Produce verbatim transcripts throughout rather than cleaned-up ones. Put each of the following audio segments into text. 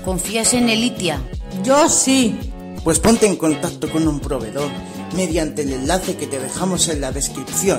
¿Confías en Elitia? Yo sí. Pues ponte en contacto con un proveedor mediante el enlace que te dejamos en la descripción.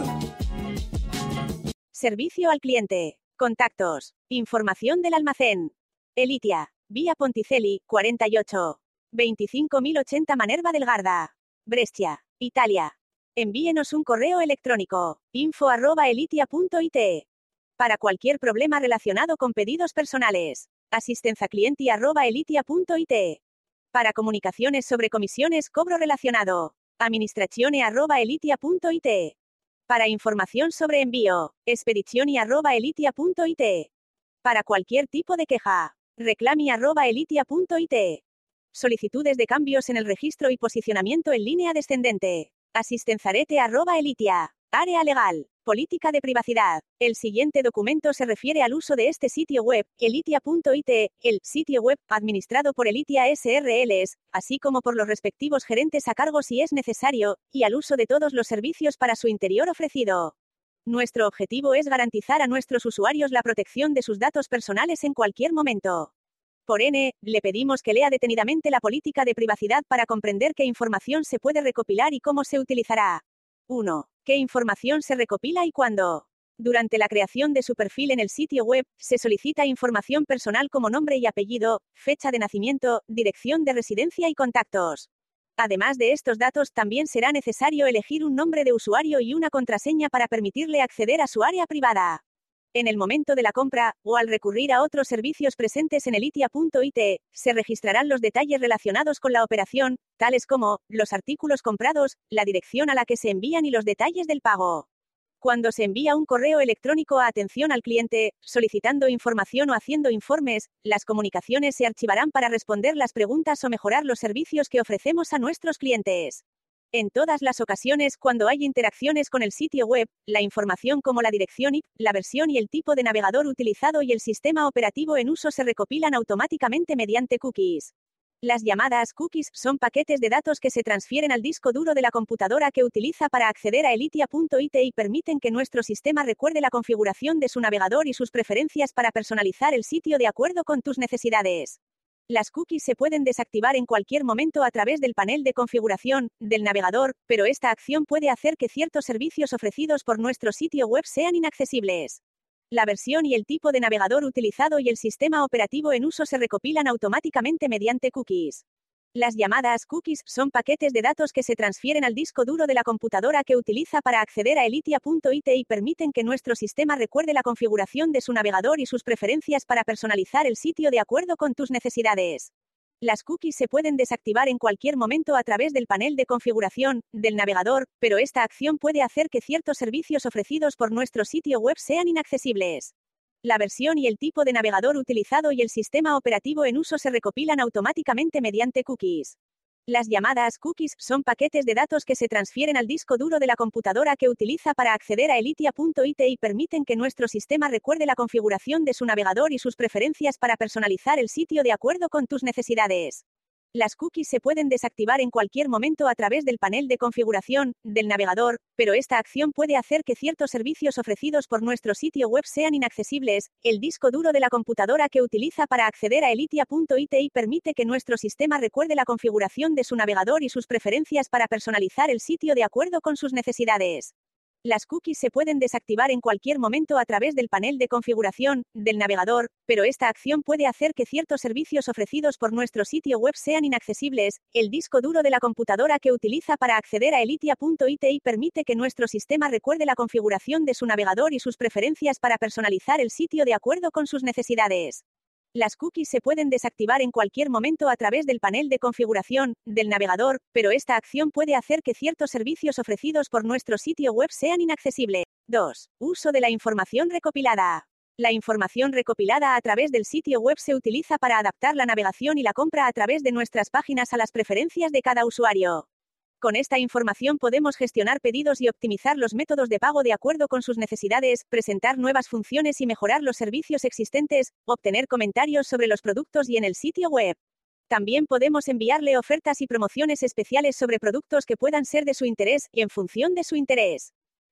Servicio al cliente. Contactos. Información del almacén. Elitia. Vía Ponticelli, cuarenta y ocho. veinticinco mil ochenta Manerva del Garda. Brescia, Italia. Envíenos un correo electrónico. info arroba elitia punto it. Para cualquier problema relacionado con pedidos personales. Asistenza clienti arroba elitia punto it. Para comunicaciones sobre comisiones cobro relacionado. Administrazione arroba elitia punto it. Para información sobre envío. Spedizioni arroba elitia punto it. Para cualquier tipo de queja. Reclami arroba elitia punto it. Solicitudes de cambios en el registro y posicionamiento en línea descendente. Asistenzarete arroba elitia. Área legal. Política de privacidad. El siguiente documento se refiere al uso de este sitio web, elitia punto it, el sitio web administrado por Elitia S R Ls, así como por los respectivos gerentes a cargo si es necesario, y al uso de todos los servicios para su interior ofrecido. Nuestro objetivo es garantizar a nuestros usuarios la protección de sus datos personales en cualquier momento. Por ende, le pedimos que lea detenidamente la política de privacidad para comprender qué información se puede recopilar y cómo se utilizará. uno. ¿Qué información se recopila y cuándo? Durante la creación de su perfil en el sitio web, se solicita información personal como nombre y apellido, fecha de nacimiento, dirección de residencia y contactos. Además de estos datos, también será necesario elegir un nombre de usuario y una contraseña para permitirle acceder a su área privada. En el momento de la compra, o al recurrir a otros servicios presentes en elitia punto it, se registrarán los detalles relacionados con la operación, tales como, los artículos comprados, la dirección a la que se envían y los detalles del pago. Cuando se envía un correo electrónico a atención al cliente, solicitando información o haciendo informes, las comunicaciones se archivarán para responder las preguntas o mejorar los servicios que ofrecemos a nuestros clientes. En todas las ocasiones cuando hay interacciones con el sitio web, la información como la dirección I P, la versión y el tipo de navegador utilizado y el sistema operativo en uso se recopilan automáticamente mediante cookies. Las llamadas cookies son paquetes de datos que se transfieren al disco duro de la computadora que utiliza para acceder a elitia punto it y permiten que nuestro sistema recuerde la configuración de su navegador y sus preferencias para personalizar el sitio de acuerdo con tus necesidades. Las cookies se pueden desactivar en cualquier momento a través del panel de configuración del navegador, pero esta acción puede hacer que ciertos servicios ofrecidos por nuestro sitio web sean inaccesibles. La versión y el tipo de navegador utilizado y el sistema operativo en uso se recopilan automáticamente mediante cookies. Las llamadas cookies son paquetes de datos que se transfieren al disco duro de la computadora que utiliza para acceder a elitia punto it y permiten que nuestro sistema recuerde la configuración de su navegador y sus preferencias para personalizar el sitio de acuerdo con tus necesidades. Las cookies se pueden desactivar en cualquier momento a través del panel de configuración del navegador, pero esta acción puede hacer que ciertos servicios ofrecidos por nuestro sitio web sean inaccesibles. La versión y el tipo de navegador utilizado y el sistema operativo en uso se recopilan automáticamente mediante cookies. Las llamadas cookies son paquetes de datos que se transfieren al disco duro de la computadora que utiliza para acceder a elitia punto it y permiten que nuestro sistema recuerde la configuración de su navegador y sus preferencias para personalizar el sitio de acuerdo con tus necesidades. Las cookies se pueden desactivar en cualquier momento a través del panel de configuración del navegador, pero esta acción puede hacer que ciertos servicios ofrecidos por nuestro sitio web sean inaccesibles. El disco duro de la computadora que utiliza para acceder a elitia punto it y permite que nuestro sistema recuerde la configuración de su navegador y sus preferencias para personalizar el sitio de acuerdo con sus necesidades. Las cookies se pueden desactivar en cualquier momento a través del panel de configuración del navegador, pero esta acción puede hacer que ciertos servicios ofrecidos por nuestro sitio web sean inaccesibles. El disco duro de la computadora que utiliza para acceder a elitia punto it y permite que nuestro sistema recuerde la configuración de su navegador y sus preferencias para personalizar el sitio de acuerdo con sus necesidades. Las cookies se pueden desactivar en cualquier momento a través del panel de configuración del navegador, pero esta acción puede hacer que ciertos servicios ofrecidos por nuestro sitio web sean inaccesibles. dos. Uso de la información recopilada. La información recopilada a través del sitio web se utiliza para adaptar la navegación y la compra a través de nuestras páginas a las preferencias de cada usuario. Con esta información podemos gestionar pedidos y optimizar los métodos de pago de acuerdo con sus necesidades, presentar nuevas funciones y mejorar los servicios existentes, obtener comentarios sobre los productos y en el sitio web. También podemos enviarle ofertas y promociones especiales sobre productos que puedan ser de su interés, y en función de su interés.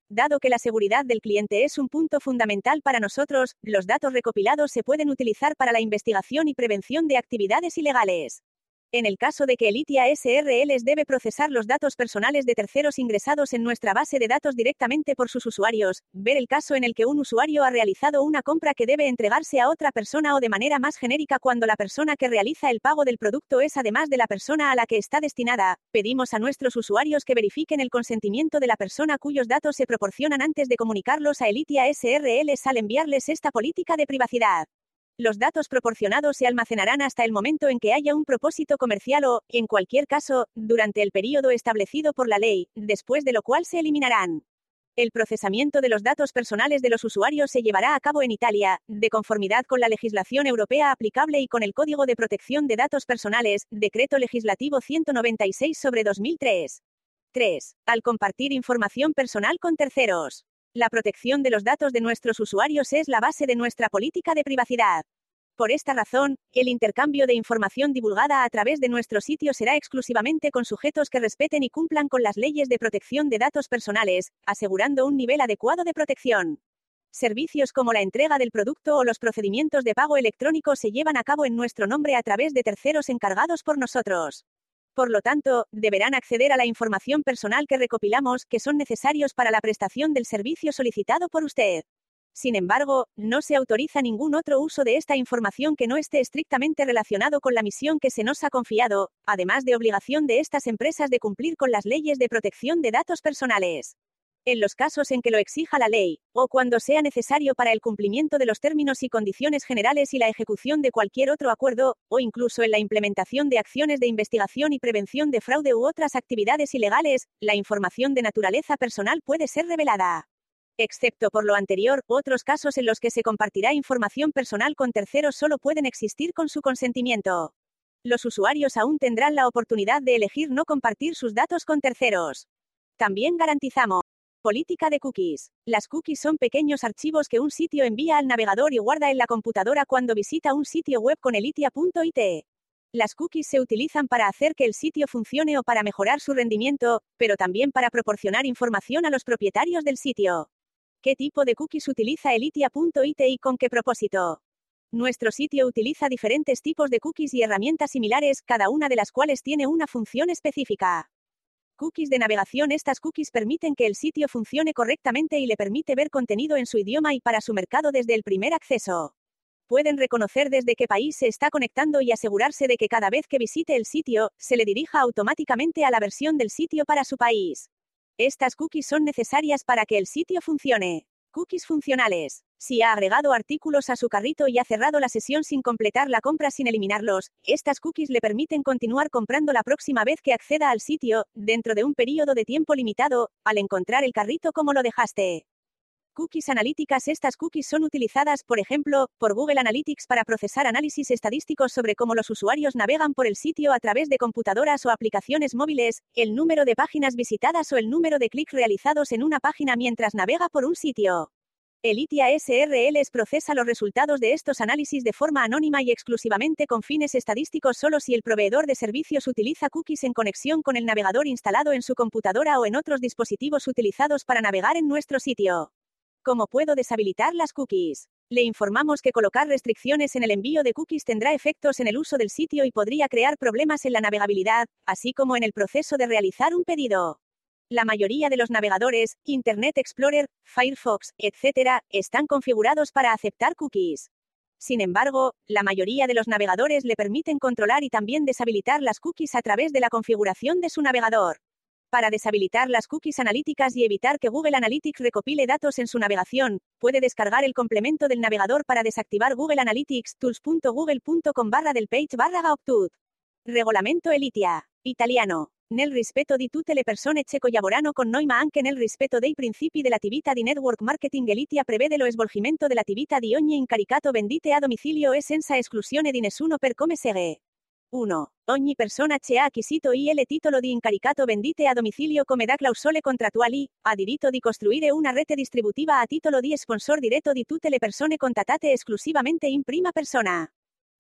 Dado que la seguridad del cliente es un punto fundamental para nosotros, los datos recopilados se pueden utilizar para la investigación y prevención de actividades ilegales. En el caso de que Elitia S R L debe procesar los datos personales de terceros ingresados en nuestra base de datos directamente por sus usuarios, ver el caso en el que un usuario ha realizado una compra que debe entregarse a otra persona o de manera más genérica cuando la persona que realiza el pago del producto es además de la persona a la que está destinada, pedimos a nuestros usuarios que verifiquen el consentimiento de la persona cuyos datos se proporcionan antes de comunicarlos a Elitia S R L al enviarles esta política de privacidad. Los datos proporcionados se almacenarán hasta el momento en que haya un propósito comercial o, en cualquier caso, durante el período establecido por la ley, después de lo cual se eliminarán. El procesamiento de los datos personales de los usuarios se llevará a cabo en Italia, de conformidad con la legislación europea aplicable y con el Código de Protección de Datos Personales, Decreto Legislativo ciento noventa y seis sobre dos mil tres. tres. Al compartir información personal con terceros. La protección de los datos de nuestros usuarios es la base de nuestra política de privacidad. Por esta razón, el intercambio de información divulgada a través de nuestro sitio será exclusivamente con sujetos que respeten y cumplan con las leyes de protección de datos personales, asegurando un nivel adecuado de protección. Servicios como la entrega del producto o los procedimientos de pago electrónico se llevan a cabo en nuestro nombre a través de terceros encargados por nosotros. Por lo tanto, deberán acceder a la información personal que recopilamos, que son necesarios para la prestación del servicio solicitado por usted. Sin embargo, no se autoriza ningún otro uso de esta información que no esté estrictamente relacionado con la misión que se nos ha confiado, además de obligación de estas empresas de cumplir con las leyes de protección de datos personales. En los casos en que lo exija la ley, o cuando sea necesario para el cumplimiento de los términos y condiciones generales y la ejecución de cualquier otro acuerdo, o incluso en la implementación de acciones de investigación y prevención de fraude u otras actividades ilegales, la información de naturaleza personal puede ser revelada. Excepto por lo anterior, otros casos en los que se compartirá información personal con terceros solo pueden existir con su consentimiento. Los usuarios aún tendrán la oportunidad de elegir no compartir sus datos con terceros. También garantizamos política de cookies. Las cookies son pequeños archivos que un sitio envía al navegador y guarda en la computadora cuando visita un sitio web con elitia punto I T. Las cookies se utilizan para hacer que el sitio funcione o para mejorar su rendimiento, pero también para proporcionar información a los propietarios del sitio. ¿Qué tipo de cookies utiliza elitia punto I T y con qué propósito? Nuestro sitio utiliza diferentes tipos de cookies y herramientas similares, cada una de las cuales tiene una función específica. Cookies de navegación. Estas cookies permiten que el sitio funcione correctamente y le permite ver contenido en su idioma y para su mercado desde el primer acceso. Pueden reconocer desde qué país se está conectando y asegurarse de que cada vez que visite el sitio, se le dirija automáticamente a la versión del sitio para su país. Estas cookies son necesarias para que el sitio funcione. Cookies funcionales. Si ha agregado artículos a su carrito y ha cerrado la sesión sin completar la compra sin eliminarlos, estas cookies le permiten continuar comprando la próxima vez que acceda al sitio, dentro de un periodo de tiempo limitado, al encontrar el carrito como lo dejaste. Cookies analíticas. Estas cookies son utilizadas, por ejemplo, por Google Analytics para procesar análisis estadísticos sobre cómo los usuarios navegan por el sitio a través de computadoras o aplicaciones móviles, el número de páginas visitadas o el número de clics realizados en una página mientras navega por un sitio. Elitia S R L procesa los resultados de estos análisis de forma anónima y exclusivamente con fines estadísticos solo si el proveedor de servicios utiliza cookies en conexión con el navegador instalado en su computadora o en otros dispositivos utilizados para navegar en nuestro sitio. ¿Cómo puedo deshabilitar las cookies? Le informamos que colocar restricciones en el envío de cookies tendrá efectos en el uso del sitio y podría crear problemas en la navegabilidad, así como en el proceso de realizar un pedido. La mayoría de los navegadores, Internet Explorer, Firefox, etcétera, están configurados para aceptar cookies. Sin embargo, la mayoría de los navegadores le permiten controlar y también deshabilitar las cookies a través de la configuración de su navegador. Para deshabilitar las cookies analíticas y evitar que Google Analytics recopile datos en su navegación, puede descargar el complemento del navegador para desactivar Google Analytics, tools punto google punto com barra del page barra gaoptut. Regolamento Elitia. Italiano. Nel rispetto di tutte le persone che collaborano con noi ma anche nel rispetto dei principi dell'attività di network marketing Elitia prevede lo svolgimento dell'attività di ogni incaricato vendite a domicilio e senza esclusione di nessuno per come segue. uno. Ogni persona che ha acquisito il titolo di incaricato vendite a domicilio come da clausole contrattuali, ha diritto di costruire una rete distributiva a titolo di sponsor diretto di tutte le persone contattate esclusivamente in prima persona.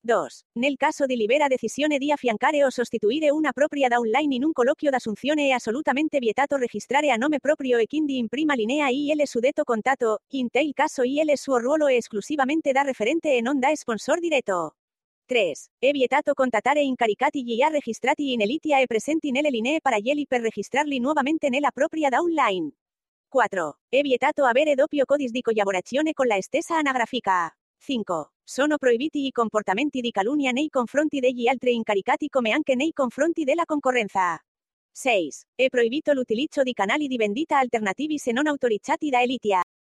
dos. Nel caso di libera decisione di affiancare o sostituire una propria da online in un colloquio d'assunzione è assolutamente vietato registrare a nome proprio e quindi in prima linea il suddetto contatto, in tal caso il suo ruolo è esclusivamente da referente e non da sponsor diretto. tre. È vietato contattare incaricati già registrati in Elitia e presenti nelle linee paralleli per registrarli nuovamente nella propria da online. quattro. È vietato avere doppio codice di collaborazione con la stessa anagrafica. cinque. Sono proibiti i comportamenti di calunnia nei confronti degli altri incaricati come anche nei confronti della concorrenza. sei. È proibito l'utilizzo di canali di vendita alternativi se non autorizzati da Elitia.